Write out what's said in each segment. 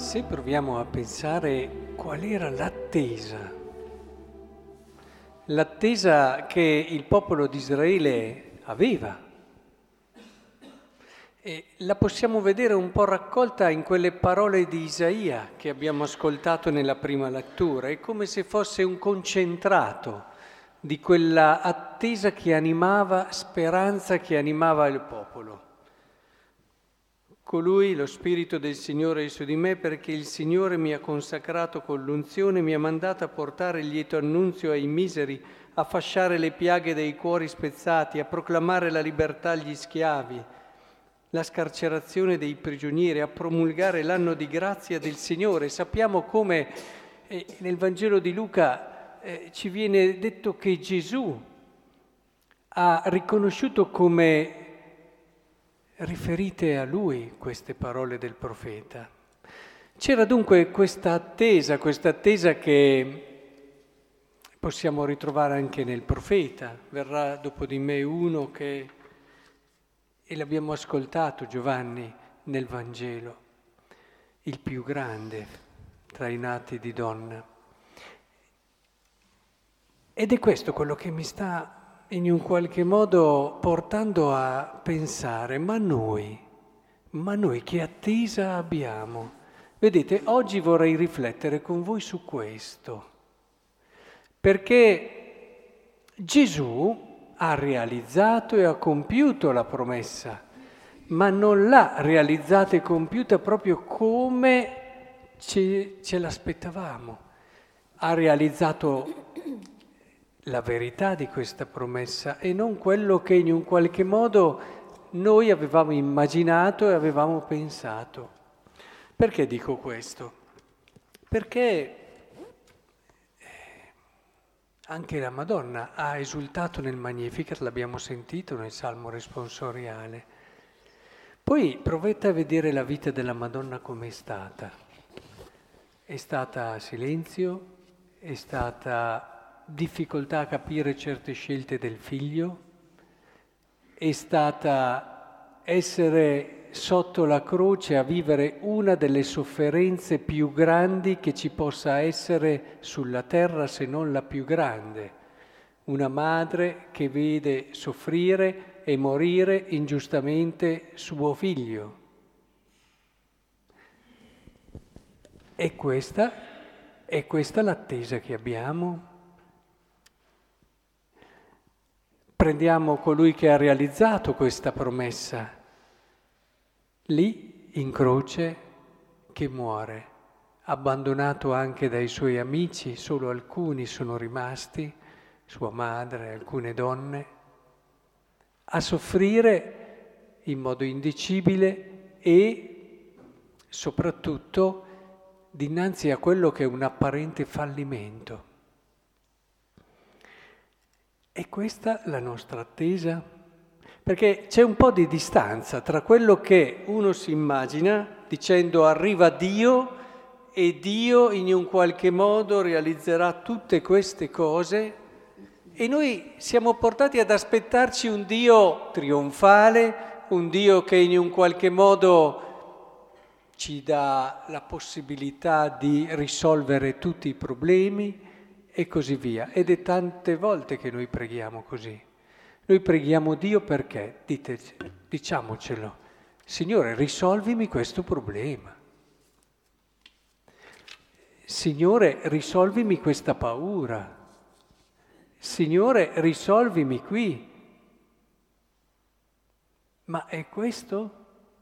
Se proviamo a pensare qual era l'attesa che il popolo di Israele aveva, e la possiamo vedere un po' raccolta in quelle parole di Isaia che abbiamo ascoltato nella prima lettura, è come se fosse un concentrato di quella attesa che animava, speranza che animava il popolo. Colui, lo Spirito del Signore è su di me, perché il Signore mi ha consacrato con l'unzione, mi ha mandato a portare il lieto annunzio ai miseri, a fasciare le piaghe dei cuori spezzati, a proclamare la libertà agli schiavi, la scarcerazione dei prigionieri, a promulgare l'anno di grazia del Signore. Sappiamo come nel Vangelo di Luca ci viene detto che Gesù ha riconosciuto come riferite a lui queste parole del profeta. C'era dunque questa attesa che possiamo ritrovare anche nel profeta. Verrà dopo di me uno che, e l'abbiamo ascoltato Giovanni nel Vangelo, il più grande tra i nati di donna. Ed è questo quello che mi sta in un qualche modo portando a pensare, ma noi che attesa abbiamo? Vedete, oggi vorrei riflettere con voi su questo, perché Gesù ha realizzato e ha compiuto la promessa, ma non l'ha realizzata e compiuta proprio come ce l'aspettavamo. Ha realizzato la verità di questa promessa e non quello che in un qualche modo noi avevamo immaginato e avevamo pensato. Perché dico questo? Perché anche la Madonna ha esultato nel Magnificat, l'abbiamo sentito nel Salmo responsoriale. Poi provate a vedere la vita della Madonna com'è stata. È stata silenzio, è stata difficoltà a capire certe scelte del figlio, è stata essere sotto la croce a vivere una delle sofferenze più grandi che ci possa essere sulla terra, se non la più grande. Una madre che vede soffrire e morire ingiustamente suo figlio. È questa l'attesa che abbiamo? Prendiamo colui che ha realizzato questa promessa, lì in croce che muore, abbandonato anche dai suoi amici, solo alcuni sono rimasti, sua madre, alcune donne, a soffrire in modo indicibile e soprattutto dinanzi a quello che è un apparente fallimento. È questa la nostra attesa? Perché c'è un po' di distanza tra quello che uno si immagina dicendo arriva Dio e Dio in un qualche modo realizzerà tutte queste cose e noi siamo portati ad aspettarci un Dio trionfale, un Dio che in un qualche modo ci dà la possibilità di risolvere tutti i problemi e così via. Ed è tante volte che noi preghiamo così. Noi preghiamo Dio perché, diciamocelo, Signore, risolvimi questo problema. Signore, risolvimi questa paura. Signore, risolvimi qui. Ma è questo?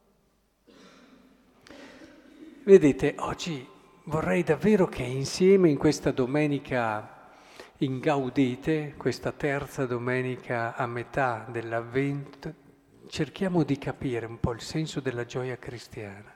Vedete, oggi vorrei davvero che insieme in questa domenica in Gaudete, questa terza domenica a metà dell'Avvento, cerchiamo di capire un po' il senso della gioia cristiana.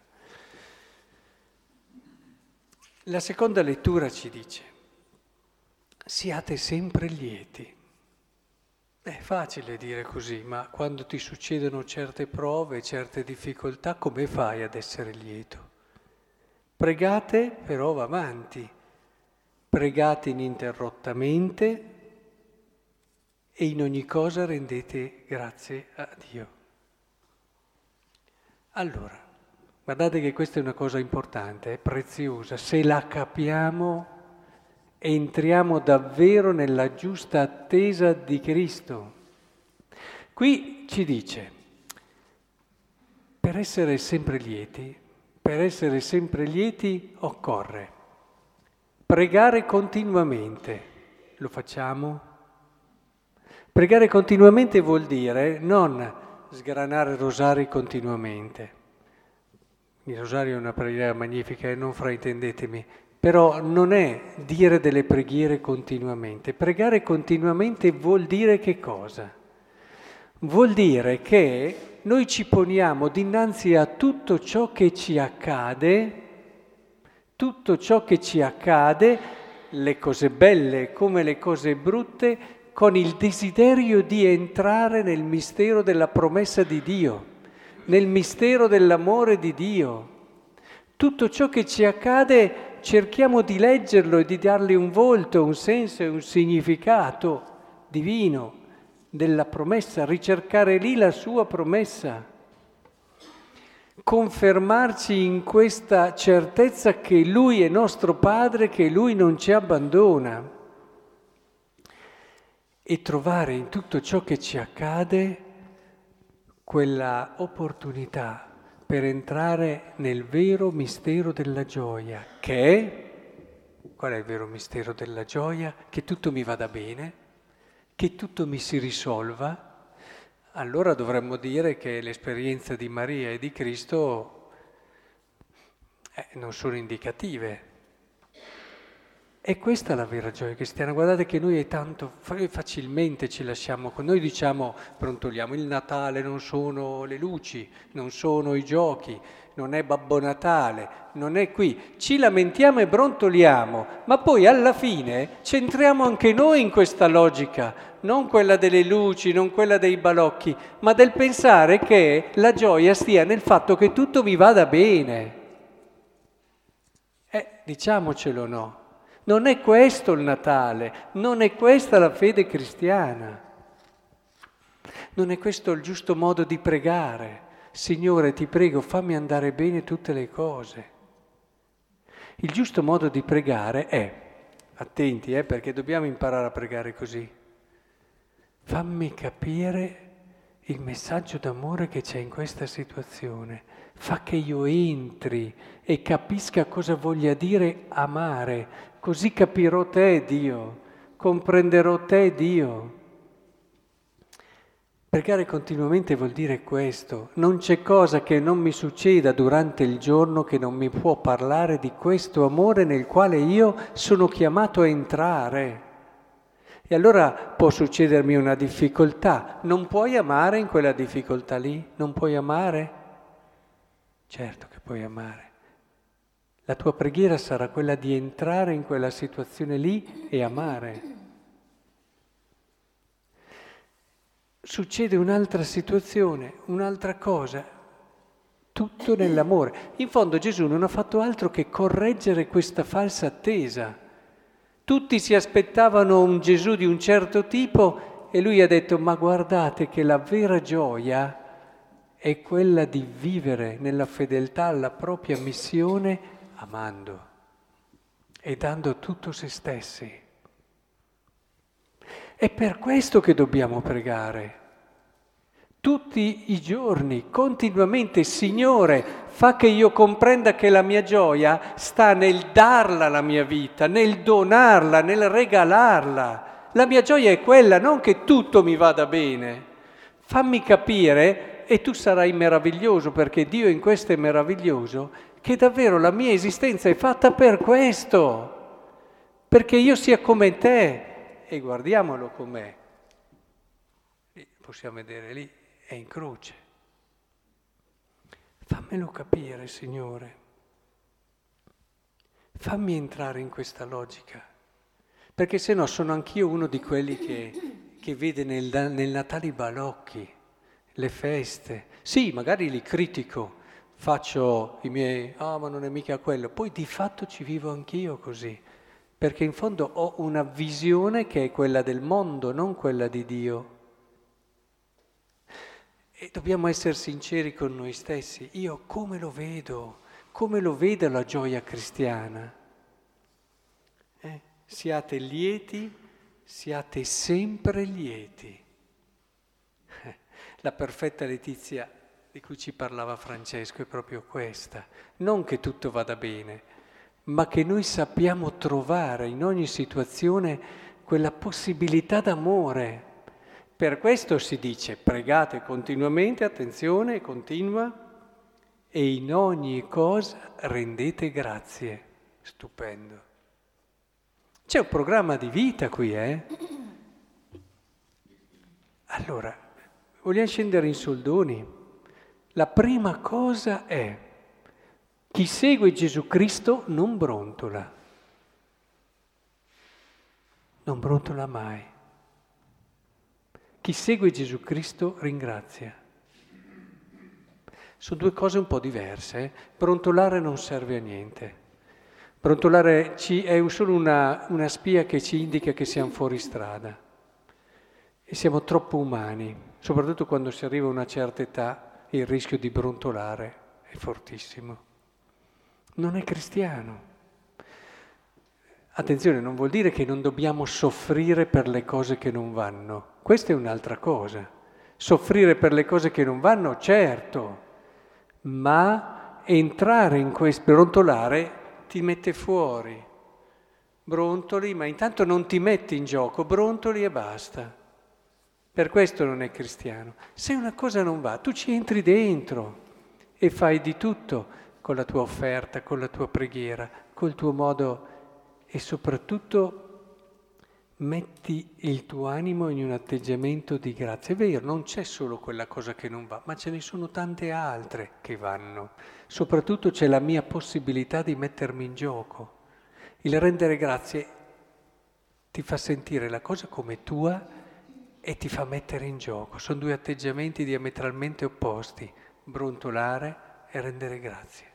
La seconda lettura ci dice: siate sempre lieti. È facile dire così, ma quando ti succedono certe prove, certe difficoltà, come fai ad essere lieto? Pregate, però va avanti. Pregate ininterrottamente e in ogni cosa rendete grazie a Dio. Allora, Guardate che questa è una cosa importante, è preziosa. Se la capiamo, entriamo davvero nella giusta attesa di Cristo. Qui ci dice, per essere sempre lieti occorre pregare continuamente. Lo facciamo? Pregare continuamente vuol dire non sgranare rosari continuamente. Il rosario è una preghiera magnifica e non fraintendetemi, però non è dire delle preghiere continuamente. Pregare continuamente vuol dire che cosa? Vuol dire che noi ci poniamo dinanzi a tutto ciò che ci accade, le cose belle come le cose brutte, con il desiderio di entrare nel mistero della promessa di Dio, nel mistero dell'amore di Dio. Tutto ciò che ci accade cerchiamo di leggerlo e di dargli un volto, un senso e un significato divino della promessa, ricercare lì la sua promessa, confermarci in questa certezza che Lui è nostro Padre, che Lui non ci abbandona e trovare in tutto ciò che ci accade quella opportunità per entrare nel vero mistero della gioia, che è, qual è il vero mistero della gioia? Che tutto mi vada bene, che tutto mi si risolva. Allora dovremmo dire che l'esperienza di Maria e di Cristo non sono indicative. E questa è la vera gioia cristiana. Guardate che noi è tanto facilmente ci lasciamo, noi diciamo, brontoliamo, il Natale non sono le luci, non sono i giochi, non è Babbo Natale, non è qui. Ci lamentiamo e brontoliamo, ma poi alla fine c'entriamo anche noi in questa logica, non quella delle luci, non quella dei balocchi, ma del pensare che la gioia stia nel fatto che tutto mi vada bene. Diciamocelo no. Non è questo il Natale, non è questa la fede cristiana, non è questo il giusto modo di pregare. Signore, ti prego, fammi andare bene tutte le cose. Il giusto modo di pregare è, attenti perché dobbiamo imparare a pregare così, fammi capire il messaggio d'amore che c'è in questa situazione, fa che io entri e capisca cosa voglia dire amare. Così capirò te, Dio, comprenderò te, Dio. Pregare continuamente vuol dire questo. Non c'è cosa che non mi succeda durante il giorno che non mi può parlare di questo amore nel quale io sono chiamato a entrare. E allora può succedermi una difficoltà. Non puoi amare in quella difficoltà lì? Non puoi amare? Certo che puoi amare. La tua preghiera sarà quella di entrare in quella situazione lì e amare. Succede un'altra situazione, un'altra cosa, tutto nell'amore. In fondo Gesù non ha fatto altro che correggere questa falsa attesa. Tutti si aspettavano un Gesù di un certo tipo e lui ha detto: ma guardate che la vera gioia è quella di vivere nella fedeltà alla propria missione amando e dando tutto se stessi. È per questo che dobbiamo pregare. Tutti i giorni, continuamente, Signore, fa che io comprenda che la mia gioia sta nel darla la mia vita, nel donarla, nel regalarla. La mia gioia è quella, non che tutto mi vada bene. Fammi capire e tu sarai meraviglioso, perché Dio in questo è meraviglioso, che davvero la mia esistenza è fatta per questo, perché io sia come te, e guardiamolo com'è. Possiamo vedere lì, è in croce. Fammelo capire, Signore. Fammi entrare in questa logica, perché se no sono anch'io uno di quelli che vede nel Natale i balocchi, le feste. Sì, magari li critico, faccio i miei, ma non è mica quello. Poi di fatto ci vivo anch'io così, perché in fondo ho una visione che è quella del mondo, non quella di Dio. E dobbiamo essere sinceri con noi stessi. Io come lo vedo? Come lo vedo la gioia cristiana? Siate lieti, siate sempre lieti. La perfetta letizia di cui ci parlava Francesco è proprio questa. Non che tutto vada bene, ma che noi sappiamo trovare in ogni situazione quella possibilità d'amore. Per questo si dice pregate continuamente, attenzione, continua, e in ogni cosa rendete grazie. Stupendo. C'è un programma di vita qui, Allora, vogliamo scendere in soldoni? La prima cosa è: chi segue Gesù Cristo non brontola. Non brontola mai. Chi segue Gesù Cristo ringrazia. Sono due cose un po' diverse. Brontolare non serve a niente. Brontolare è solo una spia che ci indica che siamo fuori strada. E siamo troppo umani, soprattutto quando si arriva a una certa età, il rischio di brontolare è fortissimo. Non è cristiano. Attenzione, non vuol dire che non dobbiamo soffrire per le cose che non vanno. Questa è un'altra cosa. Soffrire per le cose che non vanno, certo, ma entrare in questo brontolare ti mette fuori. Brontoli, ma intanto non ti metti in gioco, brontoli e basta. Per questo non è cristiano. Se una cosa non va, tu ci entri dentro e fai di tutto con la tua offerta, con la tua preghiera, col tuo modo, e soprattutto metti il tuo animo in un atteggiamento di grazia. È vero, non c'è solo quella cosa che non va, ma ce ne sono tante altre che vanno. Soprattutto c'è la mia possibilità di mettermi in gioco. Il rendere grazie ti fa sentire la cosa come tua e ti fa mettere in gioco. Sono due atteggiamenti diametralmente opposti: brontolare e rendere grazie.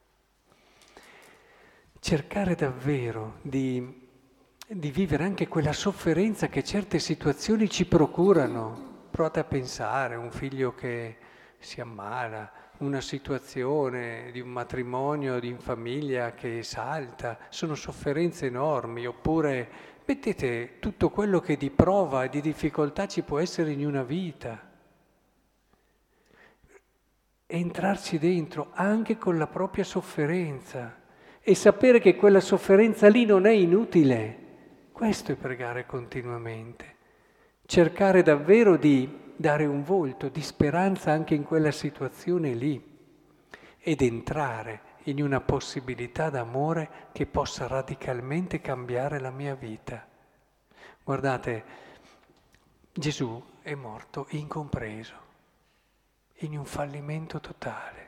Cercare davvero di vivere anche quella sofferenza che certe situazioni ci procurano. Provate a pensare, un figlio che si ammala, una situazione di un matrimonio, di in famiglia che salta, sono sofferenze enormi. Oppure mettete tutto quello che di prova e di difficoltà ci può essere in una vita. Entrarci dentro anche con la propria sofferenza e sapere che quella sofferenza lì non è inutile. Questo è pregare continuamente. Cercare davvero di dare un volto di speranza anche in quella situazione lì ed entrare in una possibilità d'amore che possa radicalmente cambiare la mia vita. Guardate, Gesù è morto incompreso, in un fallimento totale.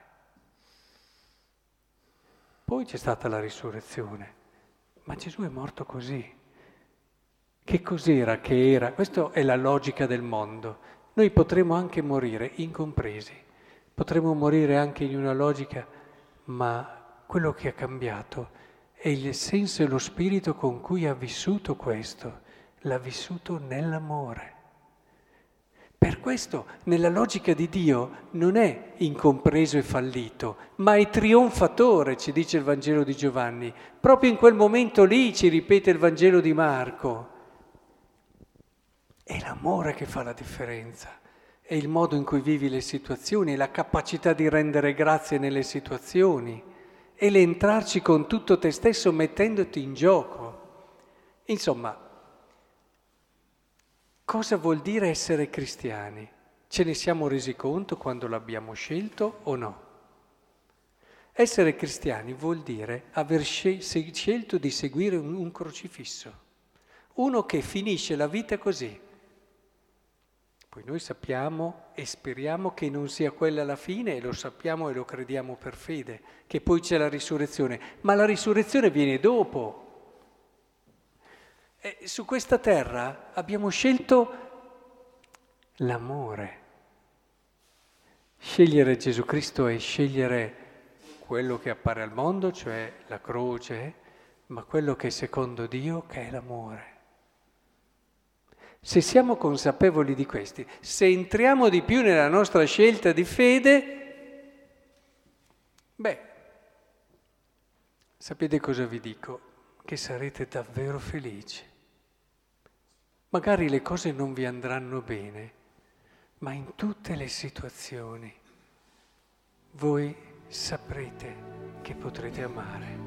Poi c'è stata la risurrezione, ma Gesù è morto così. Che cos'era che era? Questa è la logica del mondo. Noi potremmo anche morire incompresi, potremmo morire anche in una logica, ma quello che ha cambiato è il senso e lo spirito con cui ha vissuto questo, l'ha vissuto nell'amore. Per questo, nella logica di Dio, non è incompreso e fallito, ma è trionfatore, ci dice il Vangelo di Giovanni. Proprio in quel momento lì ci ripete il Vangelo di Marco. È l'amore che fa la differenza, è il modo in cui vivi le situazioni, è la capacità di rendere grazie nelle situazioni, è l'entrarci con tutto te stesso mettendoti in gioco. Insomma, cosa vuol dire essere cristiani? Ce ne siamo resi conto quando l'abbiamo scelto o no? Essere cristiani vuol dire aver scelto di seguire un crocifisso, uno che finisce la vita così. Poi noi sappiamo e speriamo che non sia quella la fine, e lo sappiamo e lo crediamo per fede, che poi c'è la risurrezione, ma la risurrezione viene dopo. E su questa terra abbiamo scelto l'amore. Scegliere Gesù Cristo è scegliere quello che appare al mondo, cioè la croce, ma quello che è secondo Dio, che è l'amore. Se siamo consapevoli di questi, se entriamo di più nella nostra scelta di fede, beh, sapete cosa vi dico? Che sarete davvero felici. Magari le cose non vi andranno bene, ma in tutte le situazioni voi saprete che potrete amare.